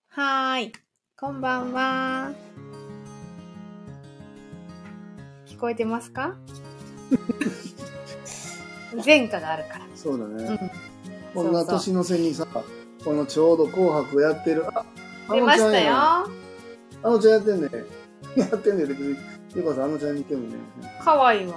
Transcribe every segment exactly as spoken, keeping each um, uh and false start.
はーい。こんばんは。聞こえてますか？前科があるから。 そうだね。 うん、 こんな年の瀬にさ、このちょうど紅白やってる。あ、あ出ましたよ。 あのちゃんやってんね。やってんね。別に。ゆかさん、あのちゃんに似てるね。 かわいいわ。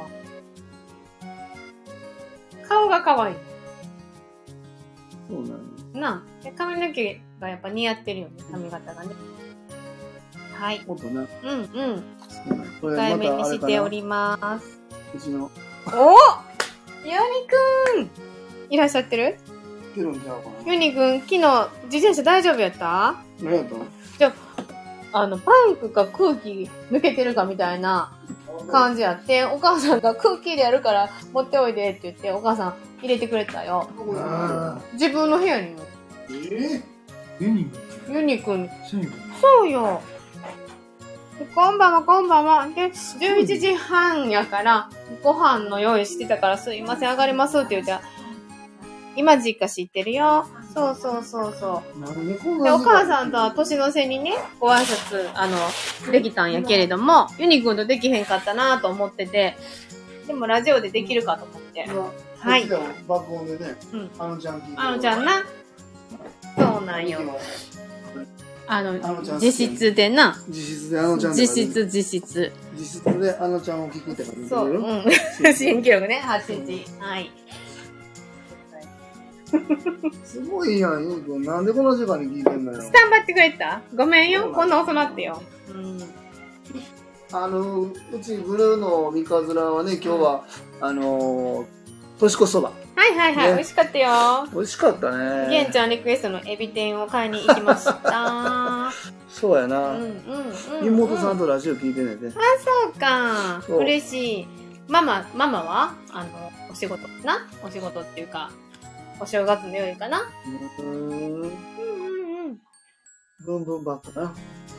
顔がかわいい。 そうなんや。 なあ。髪の毛がやっぱ似合ってるよね。髪型がね。はい。 もっとな。 うんうん。 これにかいめにまたあれかなしております。 うちの。 おユニくんいらっしゃってる？ 来てるんちゃうかな。 ユニくん、昨日自転車大丈夫やった？ 何やったの？ じゃあ、あの、パンクか空気抜けてるかみたいな感じやって、お母さんが空気入れやるから持っておいでって言って、お母さん入れてくれたよ。自分の部屋に。 えぇ、 ユニユニくん。 そういうのそうよ。こんばんは、こんばんは。で、じゅういちじはんやから、ご飯の用意してたからすいません、上がりますって言って、今実家知ってるよ。そうそうそうそう。 なんでこんなで、お母さんとは年の瀬にね、ご挨拶、あの、できたんやけれども、ユニくんとできへんかったなと思ってて、でもラジオでできるかと思って。はい。 爆音でね、 うん。 あのちゃん聞いてる。 あのちゃんな。そうなんよ。あの、実質でな。 実質であのちゃん。 実質、実質。 実質であのちゃんを聞くって感じ。 そう、うん。新記録ね、はちじ。はい。 すごいやん、ゆうくん。なんでこの時間に聞いてんのよ。 スタンバってくれた？ごめんよ。こんな遅なってよ。うん。 あの、うちブルーの三日面はね、今日は、あのー、年越しそば。 はいはいはい。 ね、 美味しかったよ。 美味しかったね。 げんちゃんリクエストのエビ天を買いに行きました。 そうやな。 うんうんうん。 妹さんとラジオ聞いてねて。 あ、そうか。 そう嬉しい。ママ、ママはあの、お仕事なお仕事っていうか、お正月の夜かな。 うーん。 うんうんうん。 ブンブンバックな。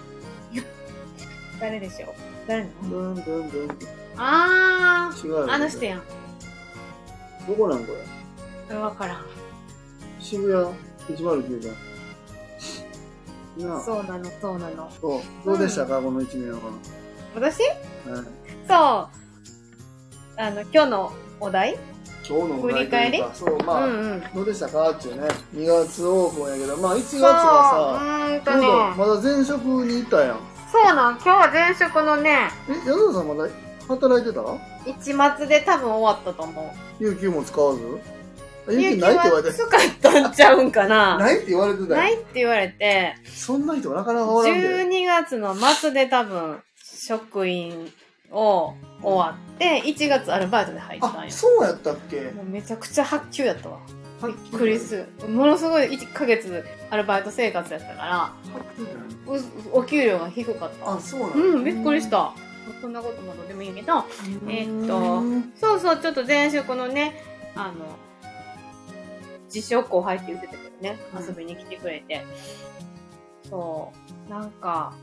誰でしょう？誰の？ ブンブンブンブン。 あー。 違うよね。 あの人やん。 どこなんこれ？ わからん。 渋谷いちまるきゅうじゃん。なあ。 そうなの、そうなの。 そう。どうでしたか、うん、この一年は。 私？ はい。 そう。あの、今日のお題？ 今日のお題というか、そう、まあ、うんうん、どうでしたかっていうね。にがつオープンやけど、まあいちがつがさ、 うーんとね、 まだ前職に行ったやん。 そうなん、今日は前職のね、 え、安田さんまだ働いてた？ 一末で多分終わったと思う。 有給も使わず？有給ないって言われて。 使ったんちゃうんかな。 ないって言われてたよ。 ないって言われて。 そんな人なかなかおらんで。 じゅうにがつの末で多分、職員を終わって、いちがつアルバイトで入ったんや。 あ、そうやったっけ？ もうめちゃくちゃ発給やったわ。びっくりする。ものすごいいっかげつアルバイト生活やったから、お給料が低かった。 あ、そうなんだ。 うん、びっくりした。そんなこともどうでもいいけど、えー、っと、そうそう、ちょっと前職のね、あの、自称後輩って言ってたけどね、遊びに来てくれて。そう、なんか、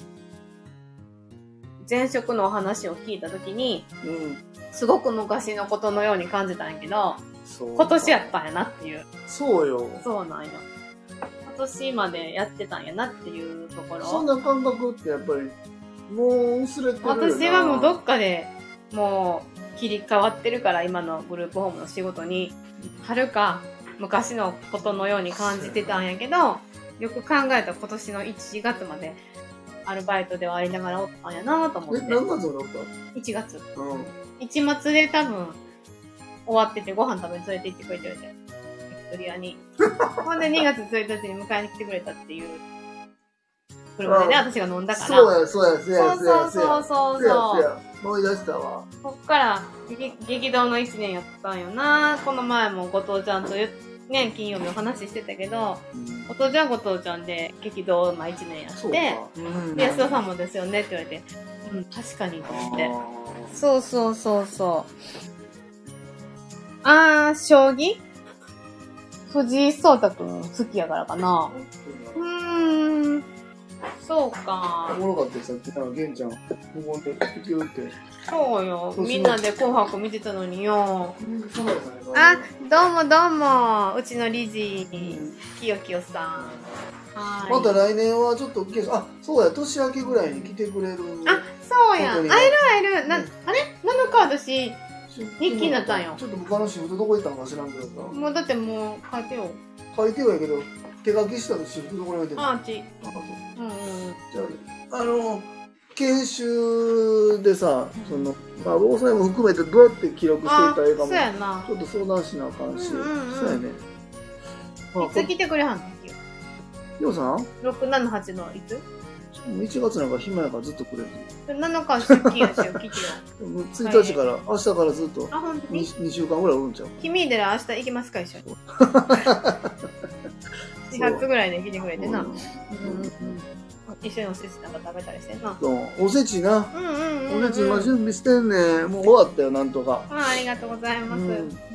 前職のお話を聞いたときに、うん、すごく昔のことのように感じたんやけど、今年やったんやなっていう。 そうよ。 そうなんよ。今年までやってたんやなっていうところ。 そんな感覚ってやっぱり、もう薄れてるよな。 私はもうどっかでもう切り替わってるから、今のグループホームの仕事に、はるか昔のことのように感じてたんやけど、よく考えた今年のいちがつまでアルバイトではありながらおったんやなと思って。 え、何月までおった？ いちがつ。 うん。 一末で多分終わっててご飯食べに連れて行ってくれてるじゃん。ビクトリアに。ほんでにがつついたちに迎えに来てくれたっていう。車でね、私が飲んだから。 そうや、そうや、そうや、 そうそうそうそうそう。 思い出したわ。 こっから激動の一年やったんよな。この前も後藤ちゃんとね、金曜日お話ししてたけど、うん、後藤ちゃん後藤ちゃんで激動な一年やって、うん、で、安田さんもですよねって言われて、うん、確かにと思って。そうそうそうそう。あー、将棋藤井聡太くん好きやからかな。うーん。 そうか。 おもろかったよ、さっき。なんか、玄ちゃん、無言で、ピューって。 そうよ。みんなで紅白見てたのによ。 うん、 あ、どうもどうも。うちの理事、きよきよさん。はい。 また来年はちょっと、あ、そうや、年明けぐらいに来てくれる。 あ、そうやん。会える会える。な、あれなのか私、日記になったんよ。 ちょっと他のシフトどこ行ったのか知らんけどさ。 もうだってもう書いてよ。 書いてはいいけど、手書きしたらシフトどこに置いてるの？ あ、あっち。うんうん。 じゃあ、あの、研修でさ、その、まあ、防災も含めてどうやって記録していったらいいかも、 そうやな。 ちょっと相談しなあかんし、 うんうんうん、 そうやね。 いつ来てくれはんの？ ようさんろく、なな、はちのいつ？ いちがつなんか暇やからずっとくれる。 なのか出勤やしよ、来てよ。 ついたちから、明日からずっとあ、本当に 2, 2週間ぐらいおるんちゃう？ 君でら明日行きますか、一緒に。始発ぐらいで来てくれてな。うんうんうん、一緒におせちなんか食べたりしてな。 そう、おせちな。 うんうんうん、うん。 おせち今準備してんね。もう終わったよ、なんとか。 あ、ありがとうございます。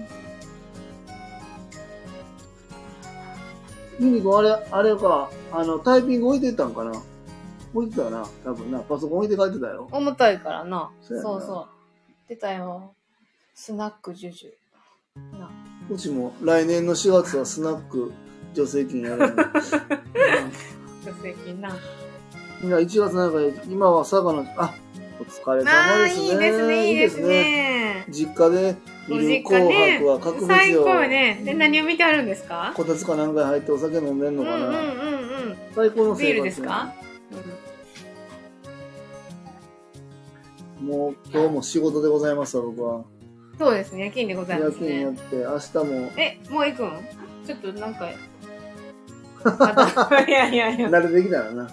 ミニ君、あれ、あれか、あの、タイピング置いてったんかな？置いてたよな、多分な。パソコン置いて帰ってたよ。 重たいからな。 そうやな。 そうそう。出たよ。スナックジュジュ。な。 うちも来年のしがつはスナック助成金やるの。 助成金な。 いや、いちがつなんか、今は佐賀の、あ、お疲れ様ですね。 いいですね、いいですね。 実家で見る紅白は格別よ。 最高よね。で、何を見てあるんですか？ こたつか何回入ってお酒飲んでんのかな。 うんうんうんうん。 最高の生活。 ビールですか？ もう今日も仕事でございますわ、僕は。 そうですね、夜勤でございますね。 夜勤やって、明日も。 え、もう行くん？ちょっとなんか。いやいやいや。 慣れてきたらな。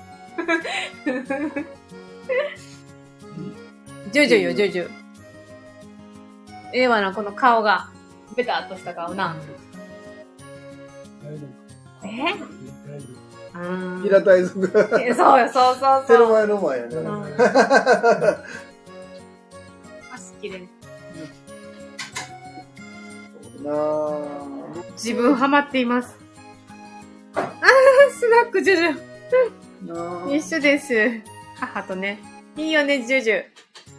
ジュジュよ、ジュジュ。ええわな、この顔が。ベタっとした顔な。え平たい族。 そうよ、そうそうそう。 テロ前の前やね。 足きれい。 自分ハマっています。ああ、スナックジュジュ。一緒です。母とね。いいよね、ジュジュ。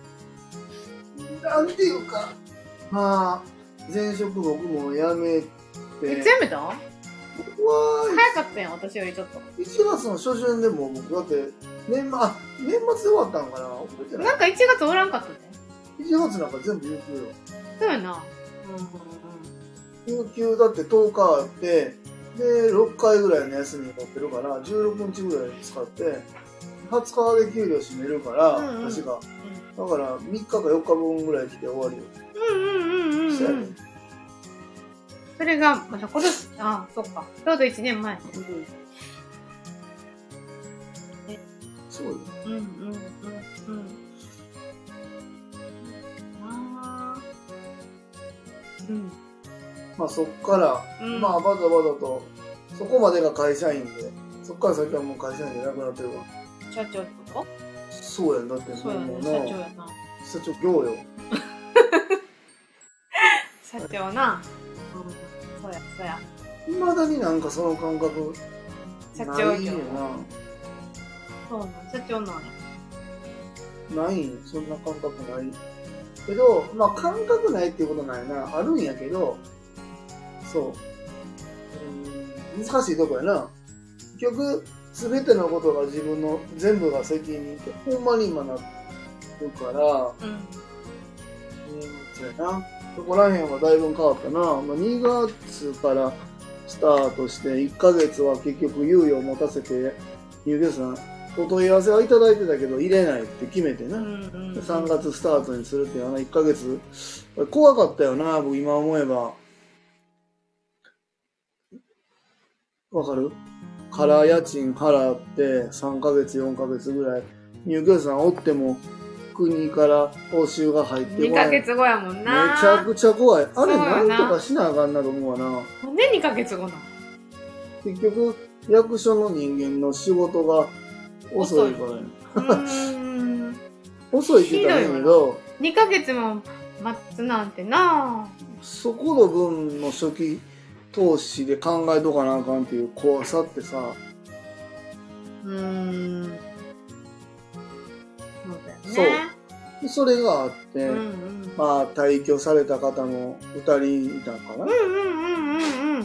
なんていうか。まあ、前職僕も辞めて。 いつ辞めた？早かったやん、私よりちょっと。 いちがつの初旬でも僕だって年末、あ、年末で終わったのかな、覚えてない。 なんかいちがつおらんかったね。 いちがつなんか全部有給よ。 そうやな。 有給だってとおかあって、で、ろっかいぐらいの休み持ってるから、じゅうろくにちぐらい使って、はつかで給料締めるから、うんうん、確か。だからみっかかよっかぶんぐらい来て終わりよ。 うんうんうんうん。そうやね。それが、また今年、ああ、そっか。ちょうどいちねんまえ。うん、 そうよ。 うんうんうんうん。ああ。うん。 まあそっから、うん、まあバタバタと、そこまでが会社員で、そっから先はもう会社員でなくなってるわ。 社長ってこと？ そうやん、だってそうやね、社長やな。 社長業よ。 社長な。そうや、そうや。 いまだになんかその感覚社長ないよな。 そうなん、社長なんや。ない、そんな感覚ない。けど、まあ感覚ないっていうことないな。あるんやけど、そう。うん、難しいとこやな。結局、すべてのことが自分の全部が責任って、ほんまに今なってるから、うん。うん、そうやな。そこら辺はだいぶ変わったな。まあ、にがつからスタートしていっかげつは結局猶予を持たせて、入居者さん、お問い合わせはいただいてたけど入れないって決めてな。うんうんうん、さんがつスタートにするっていうのはいっかげつ。怖かったよな、僕今思えば。わかる？から家賃払ってさんかげつよんかげつぐらい入居者さんおっても国から報酬が入ってこない。 にかげつごやもんな。 めちゃくちゃ怖い。あれなんとかしなあかんなと思うわな。 なんでにかげつごなの？ 結局役所の人間の仕事が遅いからね。遅いって言ったらいいけどにかげつも待つなんてな。 そこの分の初期投資で考えとかなあかんっていう怖さってさ、 うーん。そうそうだよね。 でそれがあって、 うんうん。 まあ、退去された方もふたりいたんかな。 うんうんうんうんうん。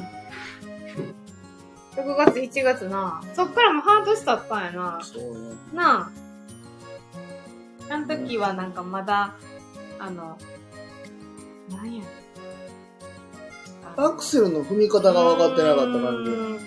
ろくがつ、いちがつな。そっからもう半年経ったんやな。 そうね。 なあ。あの時はなんかまだ、あの、なんや。 アクセルの踏み方が分かってなかった感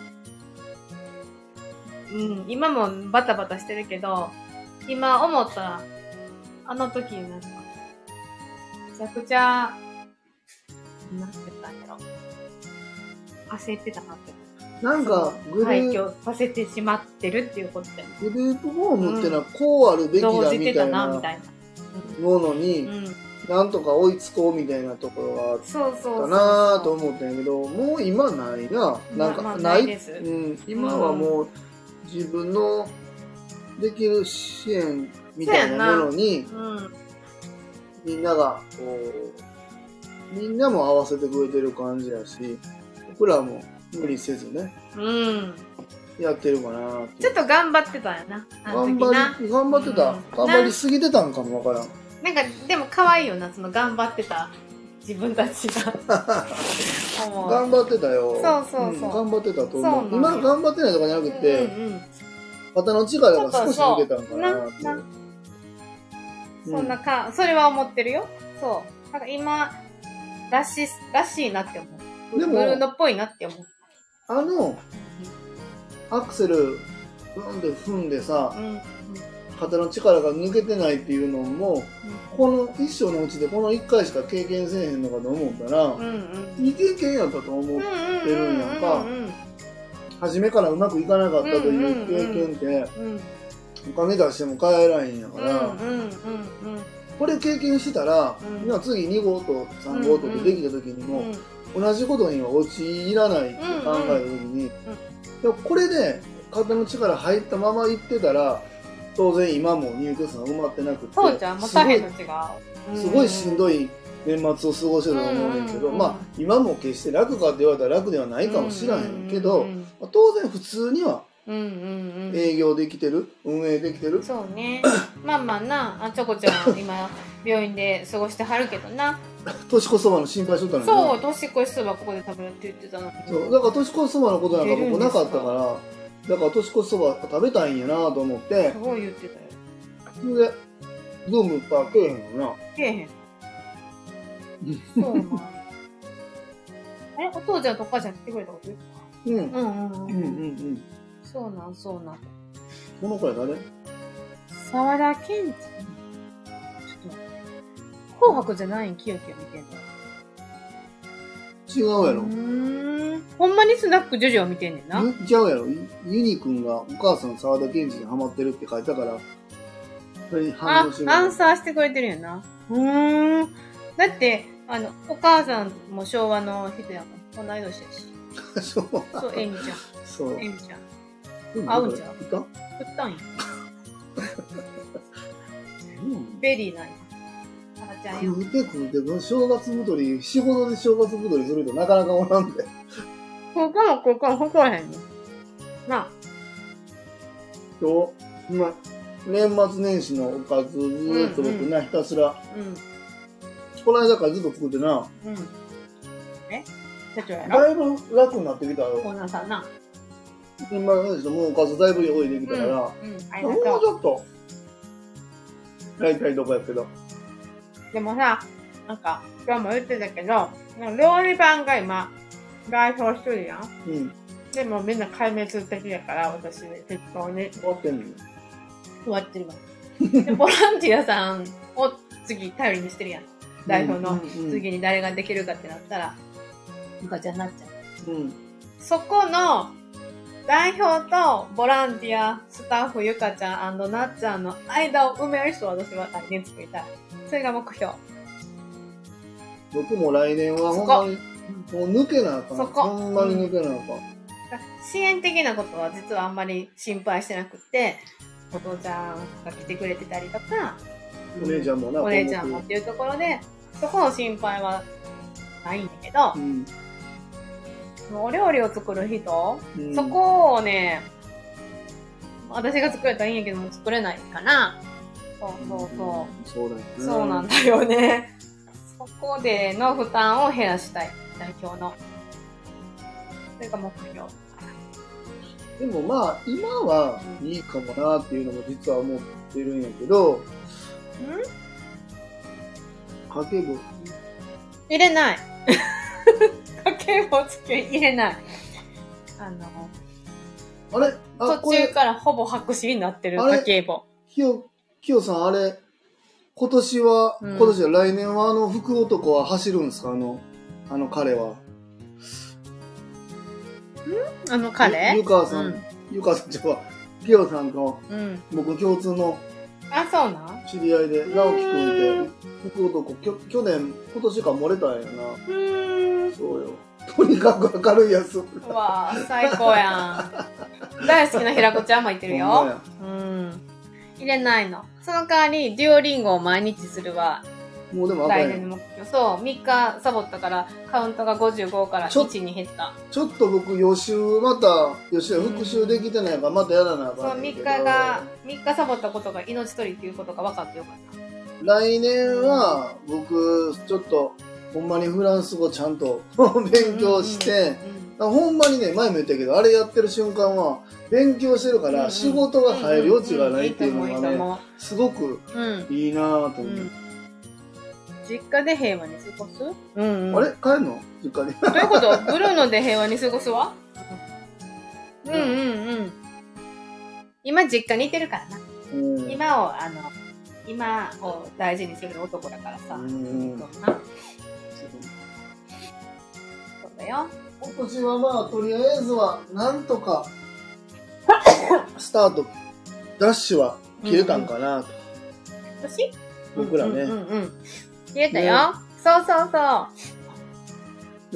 じ。うん、今もバタバタしてるけど、今思ったら、あの時なんか、めちゃくちゃ、なんて言ったんやろ。焦ってたなって。 なんか、グル廃ー墟させてしまってるっていうことで。 プ、グループホームってのはこうあるべきだ動じてたみたいななみたいな。 ものに、 うん。 なんとか追いつこうみたいなところがあっそうそうそう。 たなぁと思ったんやけど、もう今ないな。なんか、 まあまあなないいです。 うん。今はもう自分のできる支援みたいなものに、 うん。 みんなが、こう、みんなも合わせてくれてる感じやし、僕らも無理せずね、 うん。 やってるかなぁって。 ちょっと頑張ってたんやな。あの頑時な張り、頑張ってた。 うん頑張りすぎてたんかもわからん。 なんか、でも可愛いよな、その頑張ってた自分たちが。思う頑張ってたよ。 そうそうそうん頑張ってたとそう思う。 なんや今頑張ってないとかじゃなくて、 うんうん、 肩の力が少し抜けたんかなって。 ななそんなか、それは思ってるよ。そう。なんか今、らし、らしいなって思う。 でもブルーノっぽいなって思う。 あの、アクセル、ブンって踏んでさ、 うんうん肩の力が抜けてないっていうのも、この一生のうちでこの一回しか経験せえへんのかと思ったら、 うんうんいい経験やったと思ってるんやんかう。ん初めからうまくいかなかったという経験って、 うんうんお金出しても買えないんやから、 うんうんうんうんこれ経験したら、 うんみんな次に号とさん号とってできた時にも、同じことには陥らないって考えた時に、でもこれで肩の力入ったまま行ってたら、当然今も入居者が埋まってなくて、 そうじゃん、もう大変の違う。 すごいしんどい年末を過ごしてると思うねんけど、まあ今も決して楽かって言われたら楽ではないかもしらへんけど、まあ当然普通には営業できてる、運営できてる。 そうね。まあまあな、あちょこちゃん今病院で過ごしてはるけどな。 年越しそばの心配しとったのにな。 そう、年越しそばここで食べるって言ってたのに。 そう、だから年越しそばのことなんか僕なかったから、だから年越しそば食べたいんやなと思って。 すごい言ってたよ。 それで、ドームパーけえへんよな。 けえへん。そうな。え、お父ちゃんとお母ちゃん来てくれたこと言うか。うん。うんうんうん。うんうんうん。そうなん、そうなん。 この子は誰？ 沢田健二。ちょっと、紅白じゃないん、キヨキヨ見てんの。 違うやろ。 うーん。ほんまにスナックジョジョを見てんねんな。 違うやろ。ユニくんがお母さん沢田健二にハマってるって書いたから、それに反応してる。 あ、アンサーしてくれてるよな。うーん。だって、あの、お母さんも昭和の人やもん。同い年やし。 そう。 そう、エミちゃん。 そう。 エミちゃん。 うん、 合うんちゃう？ いた？ 振ったんや。ベリーなんや。あちゃんよ。 食うて食うて、正月太り、仕事で正月太りする人なかなかおらんで。 ここもここもここらへんね。なあ。 今日、ま、年末年始のおかずずーっと僕な、ひたすら。 うん。 この間からずっと作ってな。 うん。え社長やろ？ だいぶ楽になってきたよ。 オーナーさんな。 今の人もうおかずだいぶ用意できたから、 うん。うん、 もうちょっと、やりたいとこやけど。 でもさ、なんか、今日も言ってたけど、料理番が今、代表してるやん。 うん。 でもみんな壊滅的だから、私、適当に。 終わってんの？ 終わってるわ。で、ボランティアさんを次頼りにしてるやん。代表の次に誰ができるかってなったら、ゆかちゃんになっちゃう。 うん。 そこの、代表とボランティア、スタッフ、ゆかちゃん&なっちゃんの間を埋める人を私は来年作りたい。それが目標。 僕も来年はほんまに、もう抜けなあかん。 そこ。 ほんまに抜けなあかん。 支援的なことは実はあんまり心配してなくて、お父ちゃんが来てくれてたりとか、 お姉ちゃんもな、 お姉ちゃんもっていうところで、そこの心配はないんだけど、 うん、 お料理を作る人、 うん、 そこをね、 私が作れたらいいんやけども作れないから。そうそうそう。 そうだよね。 そうなんだよね。そこでの負担を減らしたい。代表の。それが目標。 でもまあ、今はいいかもなっていうのも実は思ってるんやけど、ん家計簿。 入れない。家計簿付け入れない。あの、 あれあ途中からほぼ白紙になってる家計簿。 きよ、きよさん、あれ、今年は、うん、今年は来年はあの福男は走るんですか？あの、あの彼は。んあの彼ゆかさん、うん、ゆかさんちは、きよさんと、うん、僕共通の、 あ、そうな知り合いで、直樹くんいて、福男、きょ去年、今年か漏れたんやな。うん。そうよ。とにかく明るいやつ。 うわぁ、最高やん。大好きな平子ちゃんもいてるよ。うん。入れないの。その代わり、デュオリンゴを毎日するわ。 もうでも来年の目標。そう、みっかサボったから、カウントがごじゅうごからいちに減った。 ちょっと僕、予習、また、予習、復習できてないから、またやらなあかん。 そう、みっかが、みっかサボったことが命取りっていうことが分かってよかった。 来年は、僕、ちょっと、ほんまにフランス語ちゃんと勉強して、ほんまにね、前も言ったけど、あれやってる瞬間は、勉強してるから、仕事が入る余地がないっていうのがね、すごくいいなぁと思って。 実家で平和に過ごす？ うんうん、あれ帰るの実家に。 どういうこと？ブルーノで平和に過ごすわ？うんうんうん。今実家にいてるからな。うん、今を、あの、今を大事にする男だからさ。うん。そうな。そうだよ。 今年はまあ、とりあえずは、なんとか、スタート、ダッシュは切れたんかなと。 私？ 僕らね。うんうんうん。切れたよ。ね、そうそうそう。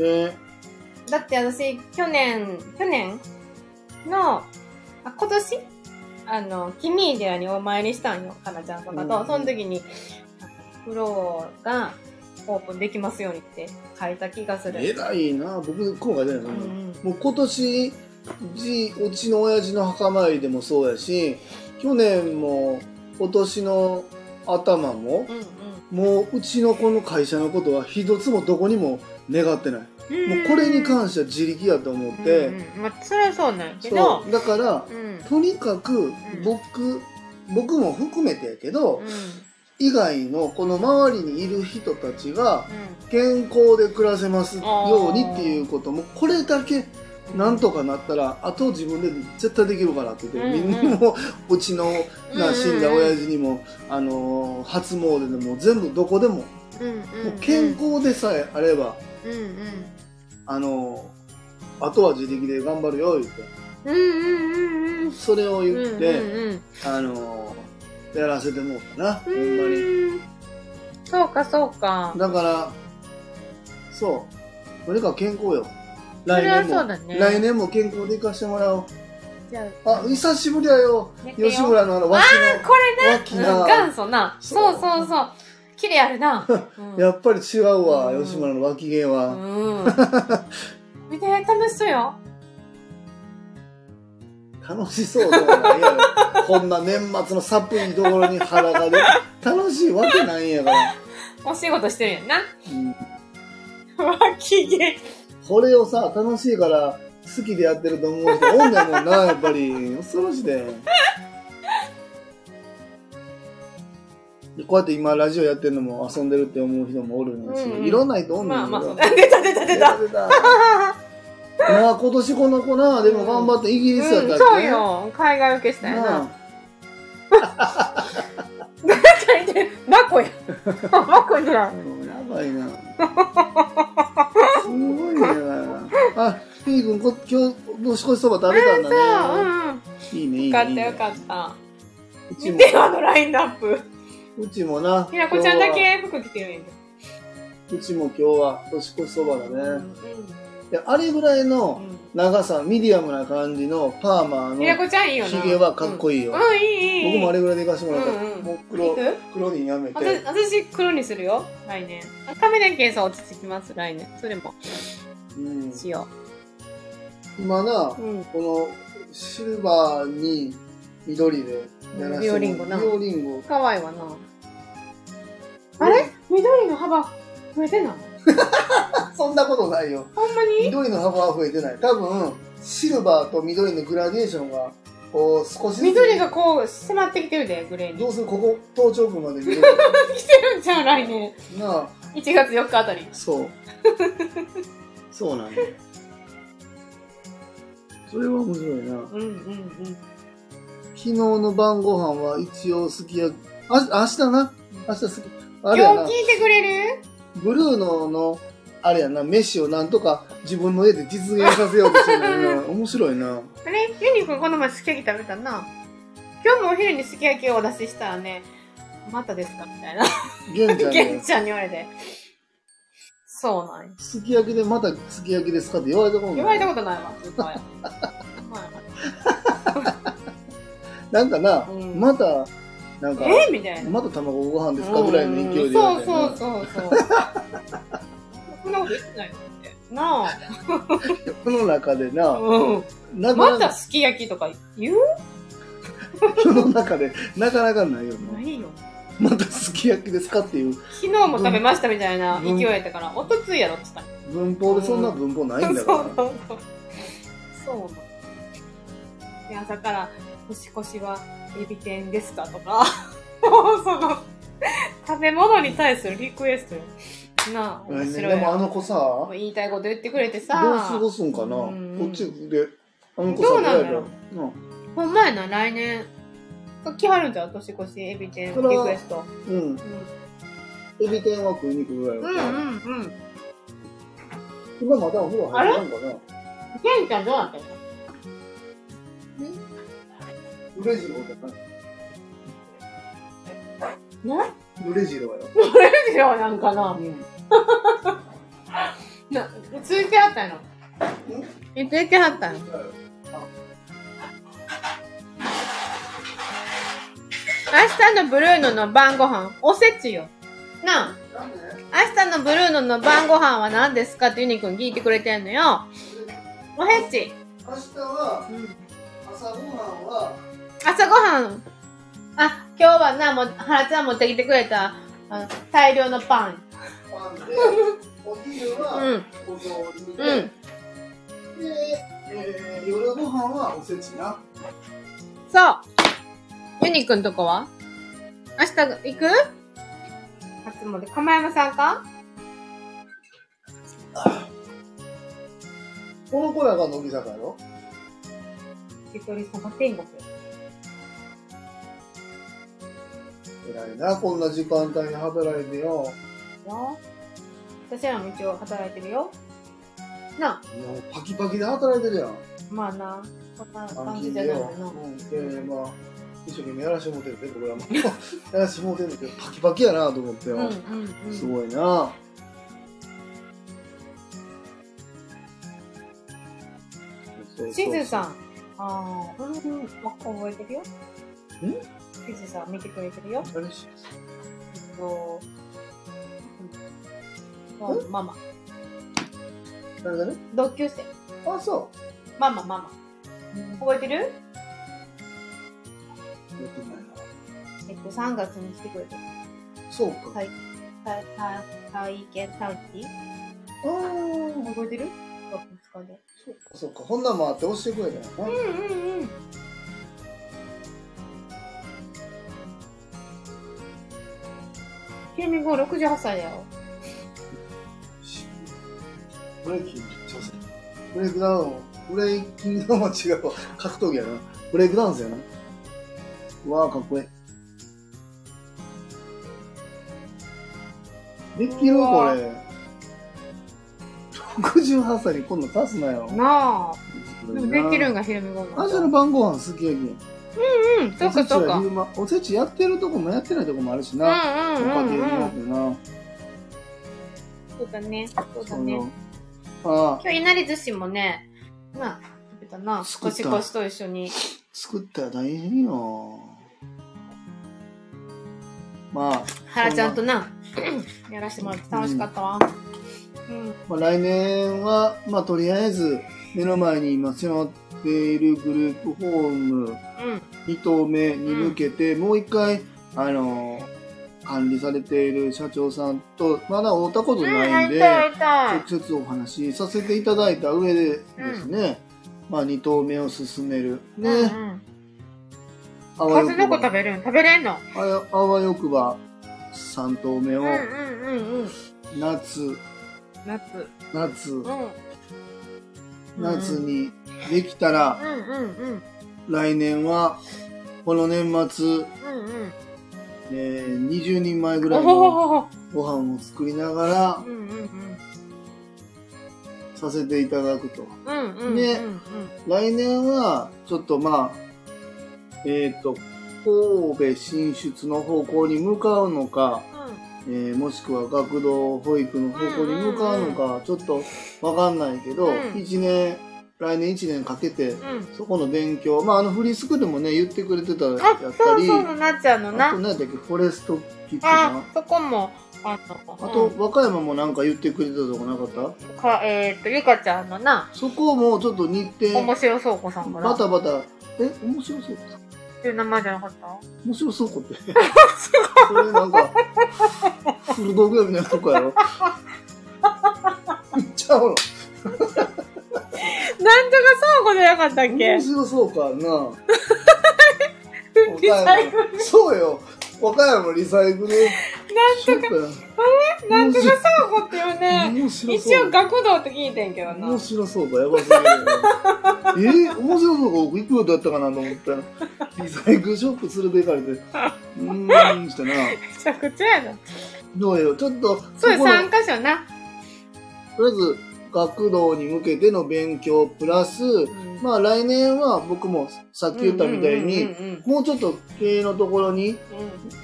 ねだって私、去年、去年の、あ、今年あの、キミーデアにお参りしたんよ、かなちゃんとかと。うん、その時に、フローがオープンできますようにって書いた気がする。 偉いな僕、今回だよね。うん、もう今年、じ、うちの親父の墓参りでもそうやし、去年も、今年の頭も、うんうんもううちのこの会社のことは一つもどこにも願ってない。もうこれに関しては自力やと思って。 うんうん、まあ、それはそうなんやけど。 そう。だから、うん、とにかく僕、うん、僕も含めてやけど、うん、以外のこの周りにいる人たちが健康で暮らせますようにっていうことも、これだけなんとかなったら、あと自分で絶対できるからって言って、うんうん、みんなもうちのな死んだ親父にも、あのー、初詣でも全部どこでも、うんうんうん、もう健康でさえあれば、うんうん、あのー、あとは自力で頑張るよ言って、うんうんうんうん、それを言って、うんうんうん、あのー、やらせてもうたな、ほんまに。 そうかそうか。 だからそう、とにかく健康よ。来年も、ね、来年も健康で行かしてもらおう。じゃあ、あ、久しぶりだよ。吉村のあの脇の。あー、これね。脇な。元祖な。そうそうそう。綺麗あるな。 うん、やっぱり違うわ、うん、吉村の脇毛は。うん。 見て、楽しそうよ。 楽しそうではないやろ。こんな年末の寒いところに裸で。楽しいわけないんやから。 お仕事してるやんな。うん、脇毛。 これをさ、楽しいから好きでやってると思う人おんねんもんな、やっぱり。恐ろしいで。こうやって今ラジオやってるのも遊んでるって思う人もおるんやし、うんうん、いろんな人おんねんけど。まあまあそうだ。 出た出た出た。出たまあ今年この子な、でも頑張ってイギリスやったっけ、うんうん、 そうよ。海外受けしたよな。誰かいてる。マコや。マコじゃん。やばいな。すごいね。あ、ピー君、今日、年越しそば食べたんだね。うん、いいね、いいね。 よかったよかった。うちも。見てよ、あのラインナップ。 うちもな。 ひらこちゃんだけ服着てるんやけど。うちも今日は年越しそばだね。うんうん、いやあれぐらいの長さ、うん、ミディアムな感じのパーマのひらこちゃんいいよな。 ひげはかっこいいよ。 うん、うん、いいいい。 僕もあれぐらいで行かしてもらった。うんうん、もう黒、黒にやめて。 私、黒にするよ、来年。髪の毛さ落ち着きます、来年。それも。うん。しよう。今な、うん、このシルバーに緑でやらせてもらう。 ビオリンゴなビオリンゴ。 かわいいわな。あれ緑の幅増えてない？ そんなことないよ。 ほんまに？ 緑の幅は増えてない。多分、シルバーと緑のグラデーションが、こう、少しずつ。 緑がこう、迫ってきてるで、グレーに。 どうするここ、頭頂部まで緑。 来てるんじゃん、来年。 なあ。 いちがつよっかあたり。 そう。そうなんだよ。それは面白いな。 うんうんうん。 昨日の晩ご飯は一応すき焼き、あ、明日な。明日すき、あ今日れやな。 聞いてくれる？ ブルーノの、あれやな、飯をなんとか自分の家で実現させようとしてるのよな。面白いな。 あれユニくんこの前すき焼き食べたな。今日もお昼にすき焼きをお出ししたらね、またですかみたいな。 玄ちゃんに。 玄ちゃんに言われて。そうなんや。 すき焼きでまたすき焼きですかって言われたことない。 言われたことないわ。ずっと前なんかな、 うん、 また、なんか、 えみたいな。 また卵ご飯ですかぐらいの勢いで言われたよな。 そうそうそうそう。そんなこと言ってないのって。なあ。 世の中でな、 うん、 なまたすき焼きとか言う？ 世の中でなかなかないよな。 ないよ。 またすき焼きですかっていう。 昨日も食べましたみたいな勢いやったから、おとついやろって言った。 文法でそんな文法ないんだから。 そうそうそう。そうなの。で、朝から年越しはエビ天ですかとか、もうその、食べ物に対するリクエストよ。なあ、面白い。 でもあの子さ、 言いたいこと言ってくれてさ。 どう過ごすんかな、 うんうん、 こっちで、あの子さ、 どうなんだろう。 うん、 ほんまやな、来年。来はるんじゃん、年越しエビ天リクエスト。 うん。うん、エビ天は食いに来るぐらいだから。うんうんうん。 今まだお風呂入ってんかな。 ケンちゃんどうなってんの？ ぬれじろうじゃない。 ね？ ぬれじろうやろ。 ぬれじろうなんかな。うん。な、ついてはったの？うん？ついてはったの？明日のブルーノの晩ご飯、おせちよ。なあ。明日のブルーノの晩ご飯は何ですかってユニくん聞いてくれてんのよ。おへち。 明日は、うん、朝ごはんは、 朝ごはん、あ、今日はな、もう、原ちゃん持ってきてくれた、あの大量のパン。 パンで、お昼は、お雑煮で、うん、で、えー、夜ご飯はおせちな。 そう。ユニくんとこは明日行く？初詣。釜山さんか？ この子らが乃木坂やろ？ ゆとり様天国。 偉いな、こんな時間帯に働いてよ。 よ。私らも一応働いてるよ。なあ。 もうパキパキで働いてるやん。 まあな。こんな感じじゃないの。 うん。で、まあ。一生懸命やらしてもうてるね、僕らも。やらしてもうてるんだけど、パキパキやなと思ってよ。うんうんうん、すごいな。 しずさん。ああ、うん、うん、覚えてるよ。ん？しずさん見てくれてるよ。 誰し？ えっと、うん、ママ。 誰だね？ 同級生。 あ、そう。 ママ、ママ。覚えてる？えっと、さんがつに来てくれてる。 そうか。 はい。た、た、体験、体験？ ああ。 覚えてる？ふつかで。 そうか、そうか。こんなんもあって押してくれたよな。 うんうんうん。君もうろくじゅうはっさいだよ。 ブレイキング挑戦。ブレイクダウン。ブレイキングは違うわ。格闘技やな。ブレイクダウンスやな。うわぁ、かっこいい。できるこれ。ろくじゅうはっさいに今度足すなよ。 なあ。でもできるんが昼見ご飯。 明日の晩ご飯すき焼き。 うんうん、そうかそうか。 おせちやってるとこもやってないとこもあるしな。 うんうんうん、うん。 ご家庭によってな。 そうだね。そうだね。 ああ。 今日いなり寿司もね、なあ、食べたな。年越しと一緒に。 作ったら大変よ。まあ。 原ちゃんとな、やらせてもらって楽しかったわ。うん。 まあ来年は、まあとりあえず目の前にいますよっているグループホームに棟目に向けて、もう一回、あの、管理されている社長さんと、まだ会ったことないんで、直接お話しさせていただいた上でですね、まあに棟目を進める。ね。 あわよくば。数の子食べるん食べれんの？ あわよくばさん棟目を、夏、 夏、 夏、夏にできたら、来年は、この年末、えー、にじゅうにんまえぐらいのご飯を作りながら、させていただくと。で、来年は、ちょっとまあ、えっと、神戸進出の方向に向かうのか、えー、もしくは学童保育の方向に向かうのか、ちょっとわかんないけど、一年、来年いちねんかけて、そこの勉強、まあ、あの、フリースクールもね、言ってくれてたやったり、 そうそう、なっちゃうのな。 あと、何だっけ、フォレストキッズな。そこも、あの、あと、和歌山もなんか言ってくれてたとこなかったか、えっと、ゆかちゃんのな。 そこもちょっと日程。 面白そう子さんかな。 バタバタ、え、面白そう子さんっていう名前じゃなかった？ 面白そう子って。それなんか、古道具屋みたいなとこやろ。ちゃうの。 なんとかそうこじゃなかったっけ？ 面白そうかな。リサイクル。そうよ。和歌山リサイクル。 なんとか、あれなんとかそうこっていうね。一応学童って聞いてんけどな。 面白そうか、やばすぎる。えー、面白そうか、僕いくらだったかなと思ったら、リサイクルショップ連れて行かれて、うーん、したな。 めちゃくちゃやな。 どうよ、ちょっと。 そういうさんかしょな。 とりあえず、学童に向けての勉強プラス、うん、まあ来年は僕もさっき言ったみたいに、もうちょっと経営のところに、うん、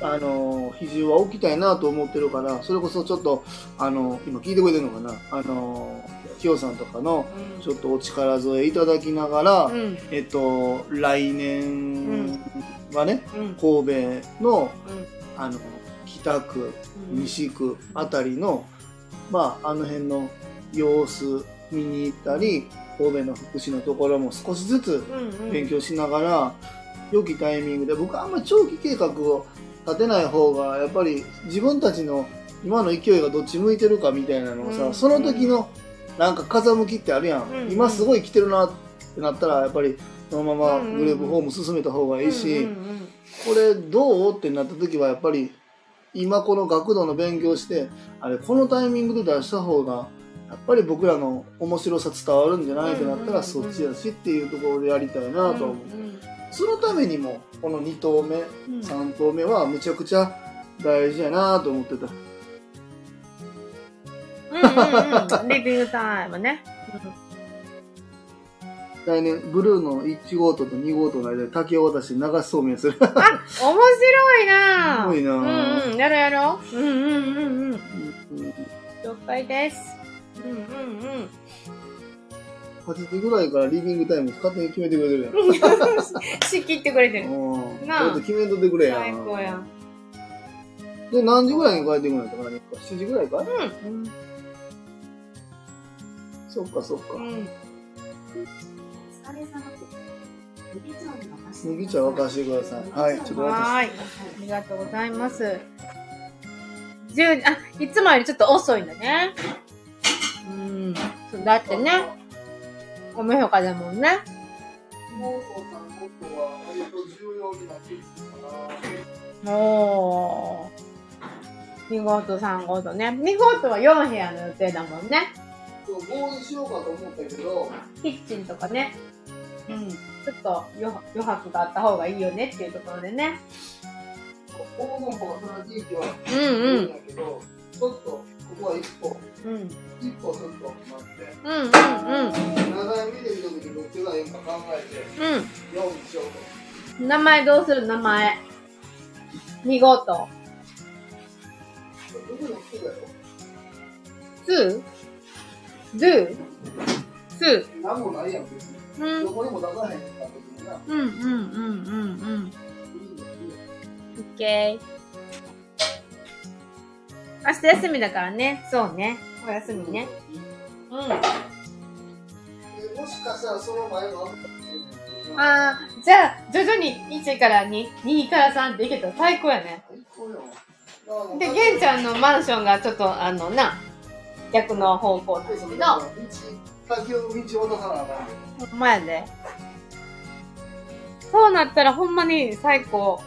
あの、比重は置きたいなと思ってるから、それこそちょっと、あの、今聞いてくれてるのかな、あの、きよさんとかの、ちょっとお力添えいただきながら、うん、えっと、来年はね、うん、神戸の、うん、あの、北区、西区あたりの、まあ、あの辺の、様子見に行ったり、神戸の福祉のところも少しずつ勉強しながら、良きタイミングで、僕はあんまり長期計画を立てない方が、やっぱり自分たちの今の勢いがどっち向いてるかみたいなのをさ、その時のなんか風向きってあるやん。今すごい来てるなってなったら、やっぱりそのままグループホーム進めた方がいいし、これどうってなった時はやっぱり、今この学童の勉強して、あれ、このタイミングで出した方が、やっぱり僕らの面白さ伝わるんじゃないってなったらそっちやしっていうところでやりたいなと思う。そのためにもこのに棟目、さん棟目はむちゃくちゃ大事やなと思ってた。 うんうんうん。リビングタイムね。 来年ブルーのいち号棟とに号棟の間で竹を渡して流しそうめんする。 あ、面白いな。 すごいな。 うんうん。やろうやろう。うんうんうんうん。了解です。うんうんうん。 はちじぐらいからリビングタイム勝手に決めてくれてるやん。 仕切ってくれてる。 なあ。ちょっと決めとってくれやん。 最高やん。 で、何時ぐらいに帰ってくるんやったかな、しちじぐらいかい？うん。うん、そっかそっか。うん。麦茶沸かしてください。はい、ちょっとはい。ありがとうございます。じゅう、あ、いつもよりちょっと遅いんだね。うん。だってね、おめほかだもんね。おー。に号とさん号とね。に号とはよん部屋の予定だもんね。 そう、合意しようかと思ったけど。 キッチンとかね。うん。ちょっと余白があった方がいいよねっていうところでね。 うんうん。ちょっと、ここは一歩。うん。一歩ちょっと待って。うんうんうん。長い見てるときにどっちがいいか考えて。うん。よんにしようと。 名前どうする名前。に号と。ツー？ドゥ？ツー？ なんもないやん、別に。うん。どこにも出さへんかった時にな。 うんうんうんうんうん。オッケー。明日休みだからね。そうね。お休みね。うん。 もしかしたらその前のあー、じゃあ、徐々にいちからに、にからさんっていけたら最高やね。 最高よ。 で、玄ちゃんのマンションがちょっと、あのな、逆の方向なんですけど、 道、先を道を渡さなあかん。 ほんまやで。そうなったらほんまに最高。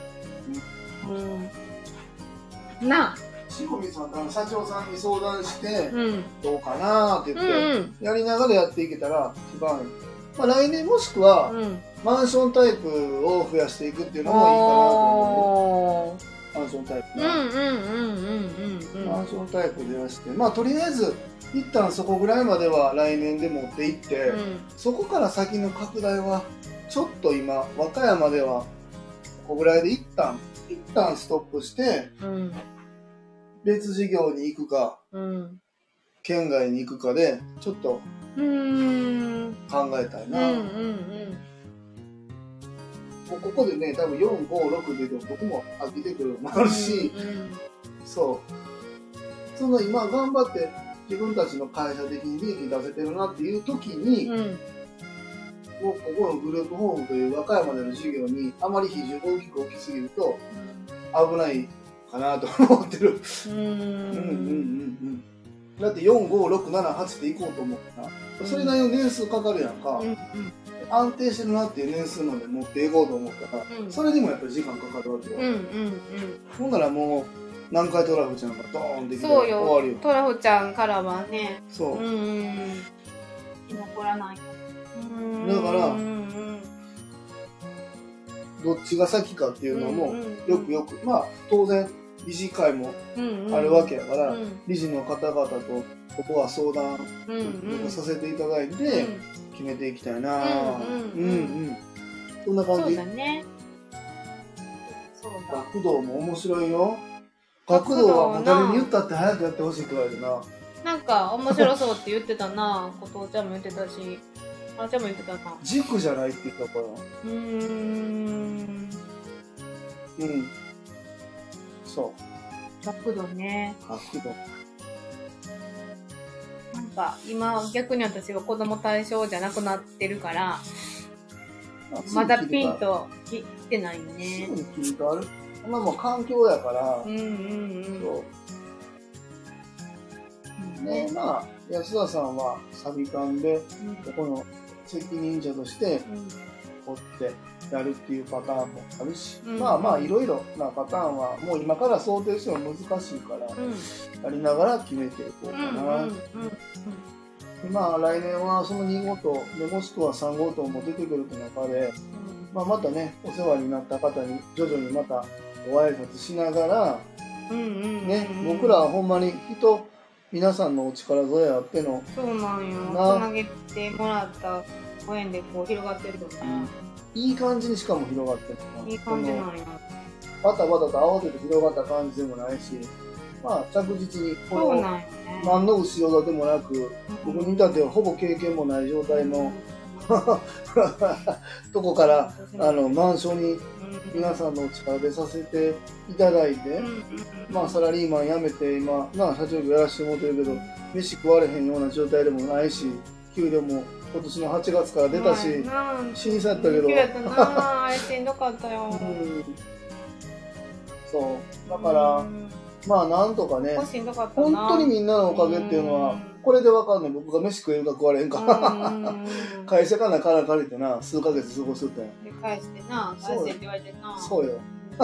うん。なあ。 しごみさんと社長さんに相談して、 うん。 どうかなーって言って、 うんうん、 やりながらやっていけたら一番いい。まあ来年もしくは、 うん、 マンションタイプを増やしていくっていうのもいいかなと思う。マンションタイプ。 うんうんうんうんうんうん。 マンションタイプでやして、まあとりあえず一旦そこぐらいまでは来年で持っていって、うん、そこから先の拡大はちょっと今和歌山ではここぐらいで一旦一旦ストップして、うん、別事業に行くか、うん、県外に行くかでちょっと考えたいな。ここでね、多分よん、ご、ろくで僕も飽きてくるのもあるし、うんうん、そう。その今頑張って自分たちの会社的に利益出せてるなっていう時に、うん、もうここのグループホームという和歌山での事業にあまり比重が大きく大きすぎると危ないかなと思ってる。うんうんうんうん。だってよん、ご、ろく、なな、はちって行こうと思ったら、それなりの年数かかるやんか。うんうん、安定してるなっていう年数まで持っていこうと思ったら、うん、それにもやっぱり時間かかるわけよ。うんうんうん、ほんならもう南海トラフちゃんがドーンってきて終わるよ。 トラフちゃんからはね。 そう。うんうん、 残らない。 だから、どっちが先かっていうのもよくよく、まあ当然理事会もあるわけやから、うんうん、理事の方々とここは相談させていただいて決めていきたいな。うんうん。そんな感じ。 そうだね。 学童も面白いよ。学童はもう誰に言ったって早くやってほしいって言われてな。 なんか面白そうって言ってたな。後藤ちゃんも言ってたし、あーちゃんも言ってたな。 塾じゃないって言ったから。うーん。うん。そう。 学童ね。 学童。 なんか今逆に私が子供対象じゃなくなってるから、まだピンときてないね。 すぐに切り替わる。まあもう環境やから。うんうんうん。そう。ね、まあ安田さんはサビ館で、ここの責任者として追ってやるっていうパターンもあるし、うん、まあまあいろいろなパターンはもう今から想定しても難しいから、うん、やりながら決めていこうかな。まあ来年はそのに号棟でもしくはさん号棟も出てくるという中で、うん、まあまたねお世話になった方に徐々にまたご挨拶しながら、ね、僕らはほんまに人皆さんのお力添えあってのそうなんよつなげてもらったご縁でこう広がってるとか、 うん、いい感じにしかも広がってるいい感じなんやバタバタと慌てて広がった感じでもないしまあ着実にこの何の後ろ盾もなく僕に至ってはほぼ経験もない状態のとこからあのマンションに皆さんのお力でさせていただいて、まあサラリーマン辞めて今な社長業やらせてもらってるけど飯食われへんような状態でもないし給料も今年のはちがつから出たし死にそうやったけどあれしんどかったよ、うん、 そうだからまあなんとかね本当にみんなのおかげっていうのはこれでわかんない僕が飯食えるか食われへんか会社からから借りてな数ヶ月過ごすってで返してな返してって言われてなそうよ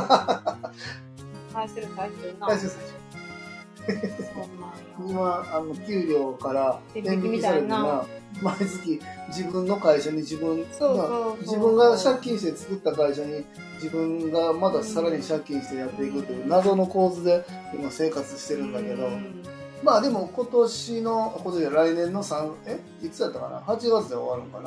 返せる返してるな返せる今あの給料から天引きされてな毎月自分の会社に自分が自分が借金して作った会社に自分がまださらに借金してやっていくという謎の構図で今生活してるんだけどまあでも今年の今年来年のさんえいつだったかなはちがつで終わるのかな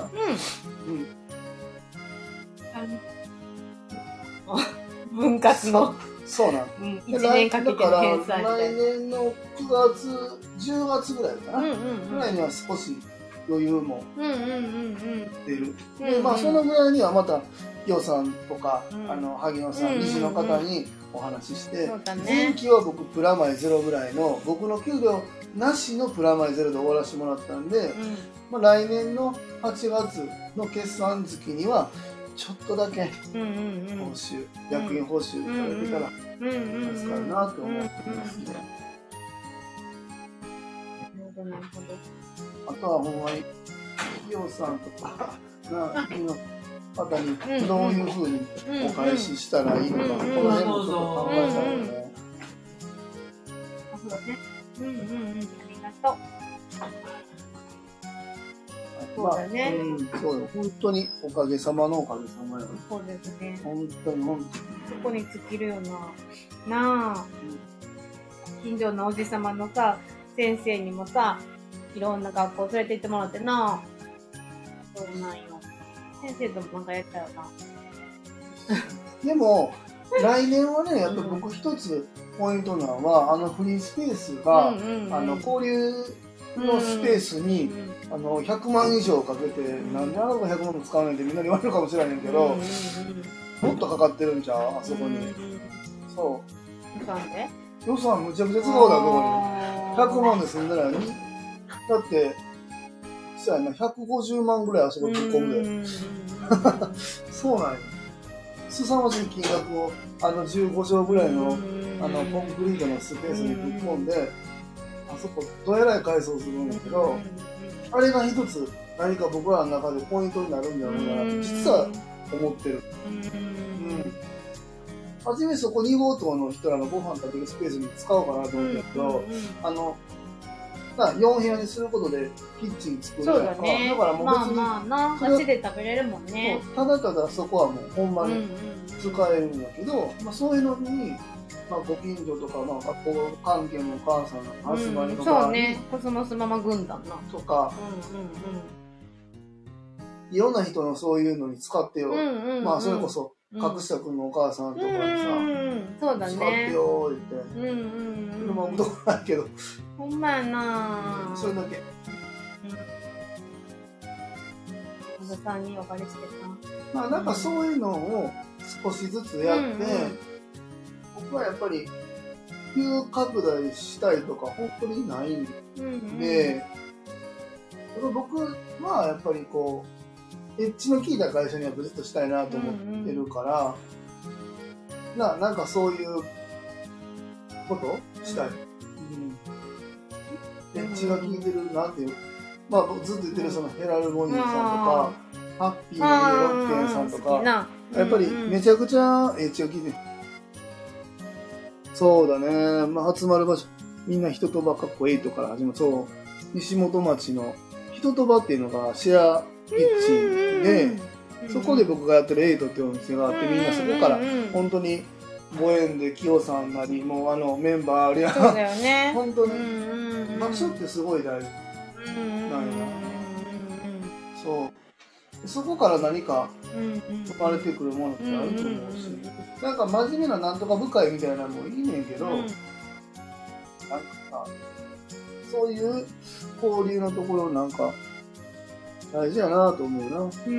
うん、分割のそうなん、 うん、いちねんかけての返済だから来年のくがつじゅうがつぐらいかな、うんうんうん、ぐらいには少し余裕も出る、でまあそのぐらいにはまた予算とか、うん、あの萩野さん理事の方にお話しして、うんうんうん、前期は僕プラマイゼロぐらいの僕の給料なしのプラマイゼロで終わらせてもらったんで、うんまあ、来年のはちがつの決算月にはちょっとだけうんうんうん報酬、役員報酬いただけたら助かるなと思ってますね。 なるほど。 あとはほんまに企業さんとかがの方にどういうふうにお返ししたらいいのか、この辺もちょっと考えたいよね。 そうだね。うんうんうん。ありがとう。そうだね。 うん、そうよ。本当におかげさまのおかげさまよ。 そうですね。 本当に本当に。 そこに尽きるよな。なあ。近所のおじさまのさ、先生にもさ、いろんな学校連れて行ってもらってな。そうなんよ。先生ともなんかやったよな。 でも、来年はね、やっぱり僕一つポイントなのは、あのフリースペースが、 うんうんうん、 あの交流のスペースに、うんうんあのひゃくまん以上かけて、うん、なんであの子ひゃくまんも使わないってみんなに言われるかもしれないけど、うんうんうん、もっとかかってるんちゃうあそこに、うんうん、そう予算で予算むちゃくちゃ使うだとこにひゃくまんで済んだらにだってそうやなひゃくごじゅうまんぐらいあそこ突っ込むで、うんうんうん、そうなんや凄まじい金額をあのじゅうご畳ぐらいの、うん、あのコンクリートのスペースに突っ込んで、うんあそこどえらい改装するんだけど、あれが一つ何か僕らの中でポイントになるんだろうな実は思ってる。はじめそこに号棟の人らがご飯食べるスペースに使おうかなと思ったけど、あのよん部屋にすることでキッチン作るやんか。だからもう別にまあまあな街で食べれるもんね。 ただただそこはもうほんまに使えるんだけど、まあそういうのに。まあ、ご近所とか、まあ、学校関係のお母さんの集まりとか、うん、そうね、 コスモスママ軍団なとか、うんうんうん、いろんな人のそういうのに使ってよ、うんうんうん、まあそれこそ角下君のお母さんとかにさ、うんうん、 そうだね、 使ってよって言って、 うんうんうん、 まあどこないけど、 ほんまやな、 それだけ。 おじさんにお借りしてた。まあなんかそういうのを少しずつやって。うんうん僕はやっぱり急拡大したいとか本当にないんで、うんうん、僕はやっぱりこうエッジの効いた会社にはずっとしたいなと思ってるから、うんうん、な, なんかそういうことしたい、うんうん、エッジが効いてるなんていうまあ僕ずっと言ってるそのヘラルボニーさんとか、うん、ハッピーのロッケンさんとかやっぱりめちゃくちゃエッジが効いてる。そうだね。まあ、集まる場所。みんな人とばかっこいいとから始まる。そう。西本町の人とばっていうのがシェアキッチンで、そこで僕がやってるエイトっていうお店があって、みんなそこから本当にご縁で清さんなり、もうあのメンバーありゃ、 そうだよね。 本当に場所ってすごい大事なんやな。そう。そこから何か生まれてくるものってあると思うし、なんか真面目ななんとか部会みたいなのもいいねんけど、うん、なんかさ、そういう交流のところなんか大事やなと思うな。うん。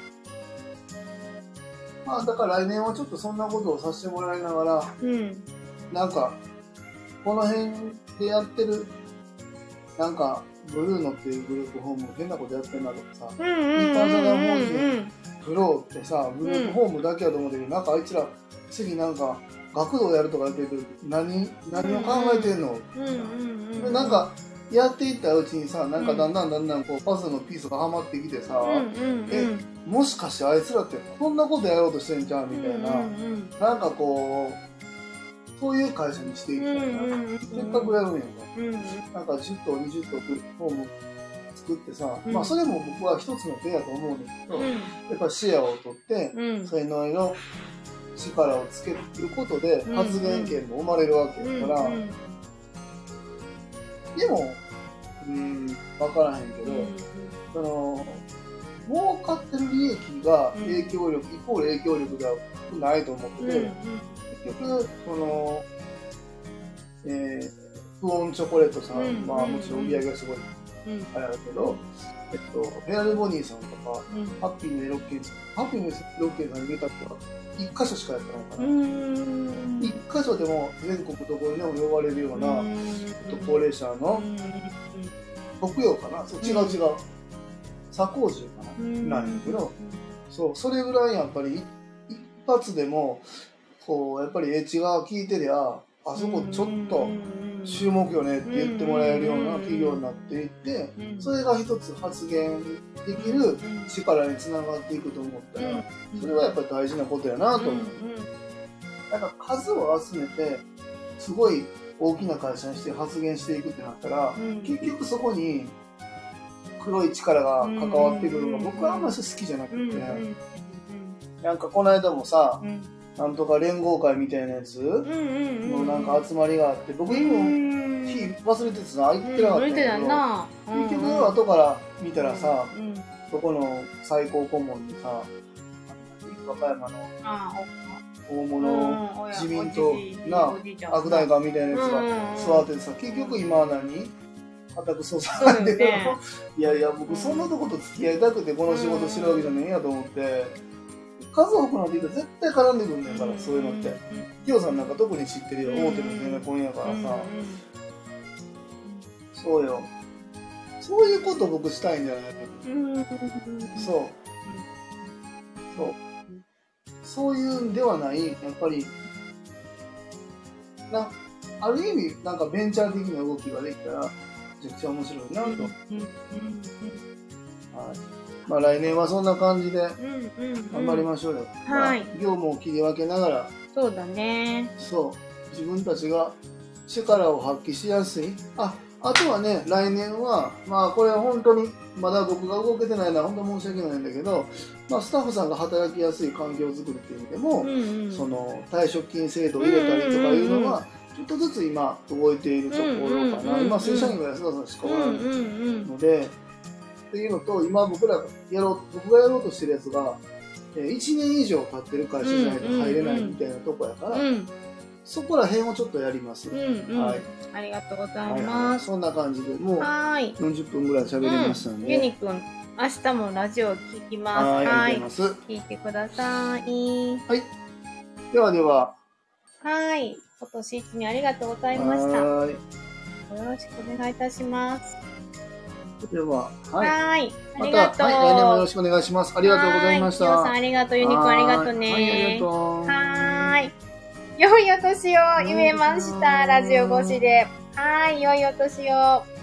まあだから来年はちょっとそんなことをさせてもらいながら、うん、なんかこの辺でやってるなんかブルーノっていうグループホーム変なことやってんなとかさ、一般社団法人フローってさグループホームだけやと思ってるけど、なんかあいつら次なんか学童やるとか言ってるけど何何を考えてんの？でなんかやっていったうちにさなんかだんだんだんだんこうパズルのピースがはまってきてさ、えもしかしてあいつらってこんなことやろうとしてんじゃんみたいな、なんかこうそういう会社にしていきたいな。せっかくやるんやから、なんかじゅっとうにじゅっとうホーム作ってさ、まあそれも僕は一つの手やと思うんだけど、やっぱシェアを取って、それなりの力をつけることで発言権も生まれるわけだから、でも、うん、分からへんけど、その、儲かってる利益が影響力、イコール影響力ではないと思ってて、結局、その、えー、不穏チョコレートさん、うん、まあもちろん売り上げがすごい、うん、あれだけど、えっと、ヘアルボニーさんとか、うん、ハッピーのエロッケンさん、ハッピーのエロッケンさんに入れたっては、一箇所しかやってないから、一箇所でも全国どこにでも呼ばれるような、えっと、高齢者の、北洋かなそう違う違う、左高寺かななんやけど、 そう、それぐらいやっぱり一発でも、こう、やっぱりエッジが効いてりゃ、あそこちょっと注目よねって言ってもらえるような企業になっていって、それが一つ発言できる力につながっていくと思ったら、それはやっぱり大事なことやなと思う。なんか数を集めて、すごい大きな会社にして発言していくってなったら、結局そこに黒い力が関わってくるのが僕はあんまり好きじゃなくて、なんかこの間もさ、なんとか連合会みたいなやつのなんか集まりがあって、僕今日忘れててさ、行ってなかったんだけど、結局後から見たらさ、そこの最高顧問にさ、和歌山の大物自民党な悪代官みたいなやつが座っててさ、結局今は何家宅捜査なんで、いやいや僕そんなとこと付き合いたくてこの仕事してるわけじゃねえんやと思って。数多くなっていったら絶対絡んでくるんだから、そういうのって。キヨさんなんか特に知ってるよ、大手のゼネコンやからさ。そうよ。そういうこと僕したいんじゃないの？そう。そう。そういうんではない、やっぱり、な、ある意味、なんかベンチャー的な動きができたら、めちゃくちゃ面白いなと。はい。まあ来年はそんな感じで頑張りましょうよ。はい。業務を切り分けながら。 そうだね。 そう。自分たちが力を発揮しやすい。あ、あとはね、来年は、まあこれは本当に、まだ僕が動けてないのは本当申し訳ないんだけど、まあスタッフさんが働きやすい環境づくりっていう意味でも、うんうん、その退職金制度を入れたりとかいうのは、ちょっとずつ今動いているところかな。今正社員が安田さんしかおらないので、っていうのと、今僕らがやろう、僕がやろうとしてるやつが、いちねん以上経ってる会社じゃないと入れないみたいなとこやから、うんうん、そこら辺をちょっとやります。うんうん、はい。 ありがとうございます。 そんな感じで、もうよんじゅっぷんぐらい喋りましたんで。 ユニくん、明日もラジオ聞きます。 はい。聞いてください。 はい。ではでは。 はい。今年一年ありがとうございました。はい。よろしくお願いいたします。 では、 はい。はい。ありがとう。 また、はい、来年もよろしくお願いします。ありがとうございました。 キヨさんありがとう。ユニくんありがとうね。 はい、ありがとう。 はい。良いお年を言えました。ラジオ越しで。はい。良いお年を。